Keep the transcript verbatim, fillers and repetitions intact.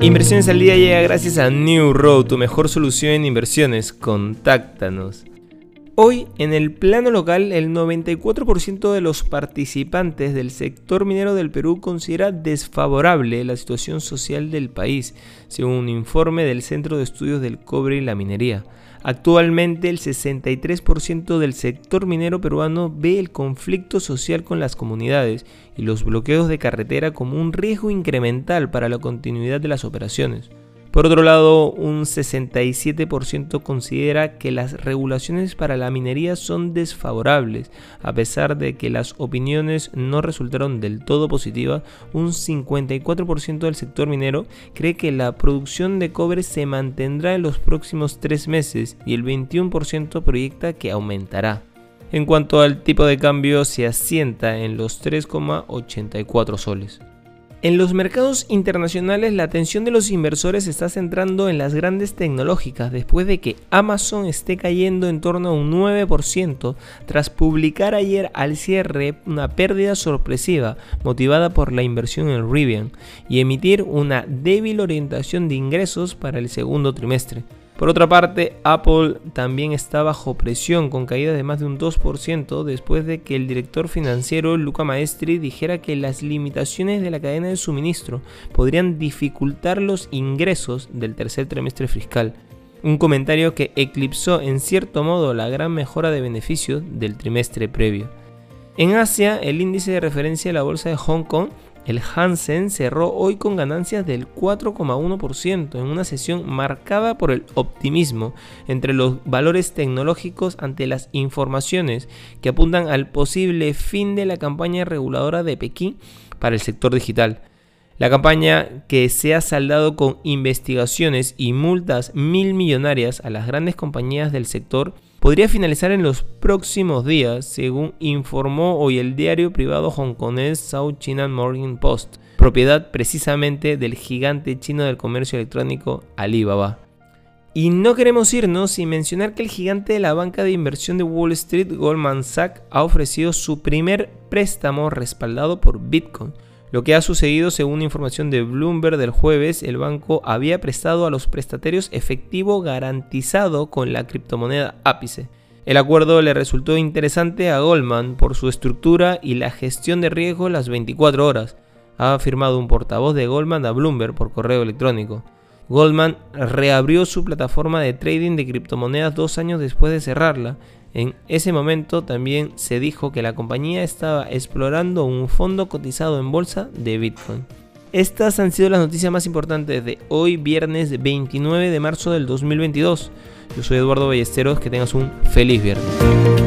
Inversiones al Día llega gracias a New Road, tu mejor solución en inversiones. Contáctanos. Hoy, en el plano local, el noventa y cuatro por ciento de los participantes del sector minero del Perú considera desfavorable la situación social del país, según un informe del Centro de Estudios del Cobre y la Minería. Actualmente, el sesenta y tres por ciento del sector minero peruano ve el conflicto social con las comunidades y los bloqueos de carretera como un riesgo incremental para la continuidad de las operaciones. Por otro lado, un sesenta y siete por ciento considera que las regulaciones para la minería son desfavorables. A pesar de que las opiniones no resultaron del todo positivas, un cincuenta y cuatro por ciento del sector minero cree que la producción de cobre se mantendrá en los próximos tres meses y el veintiuno por ciento proyecta que aumentará. En cuanto al tipo de cambio, se asienta en los tres coma ochenta y cuatro soles. En los mercados internacionales, la atención de los inversores se está centrando en las grandes tecnológicas después de que Amazon esté cayendo en torno a un nueve por ciento tras publicar ayer al cierre una pérdida sorpresiva motivada por la inversión en Rivian y emitir una débil orientación de ingresos para el segundo trimestre. Por otra parte, Apple también está bajo presión con caídas de más de un dos por ciento después de que el director financiero Luca Maestri dijera que las limitaciones de la cadena de suministro podrían dificultar los ingresos del tercer trimestre fiscal. Un comentario que eclipsó en cierto modo la gran mejora de beneficios del trimestre previo. En Asia, el índice de referencia de la bolsa de Hong Kong, el Hang Seng, cerró hoy con ganancias del cuatro coma uno por ciento en una sesión marcada por el optimismo entre los valores tecnológicos ante las informaciones que apuntan al posible fin de la campaña reguladora de Pekín para el sector digital. La campaña, que se ha saldado con investigaciones y multas mil millonarias a las grandes compañías del sector, podría finalizar en los próximos días, según informó hoy el diario privado hongkonés South China Morning Post, propiedad precisamente del gigante chino del comercio electrónico Alibaba. Y no queremos irnos sin mencionar que el gigante de la banca de inversión de Wall Street, Goldman Sachs, ha ofrecido su primer préstamo respaldado por Bitcoin. Lo que ha sucedido, según información de Bloomberg del jueves, el banco había prestado a los prestatarios efectivo garantizado con la criptomoneda Ápice. El acuerdo le resultó interesante a Goldman por su estructura y la gestión de riesgo las veinticuatro horas, ha afirmado un portavoz de Goldman a Bloomberg por correo electrónico. Goldman reabrió su plataforma de trading de criptomonedas dos años después de cerrarla. En ese momento también se dijo que la compañía estaba explorando un fondo cotizado en bolsa de Bitcoin. Estas han sido las noticias más importantes de hoy, viernes veintinueve de marzo del dos mil veintidós. Yo soy Eduardo Ballesteros, que tengas un feliz viernes.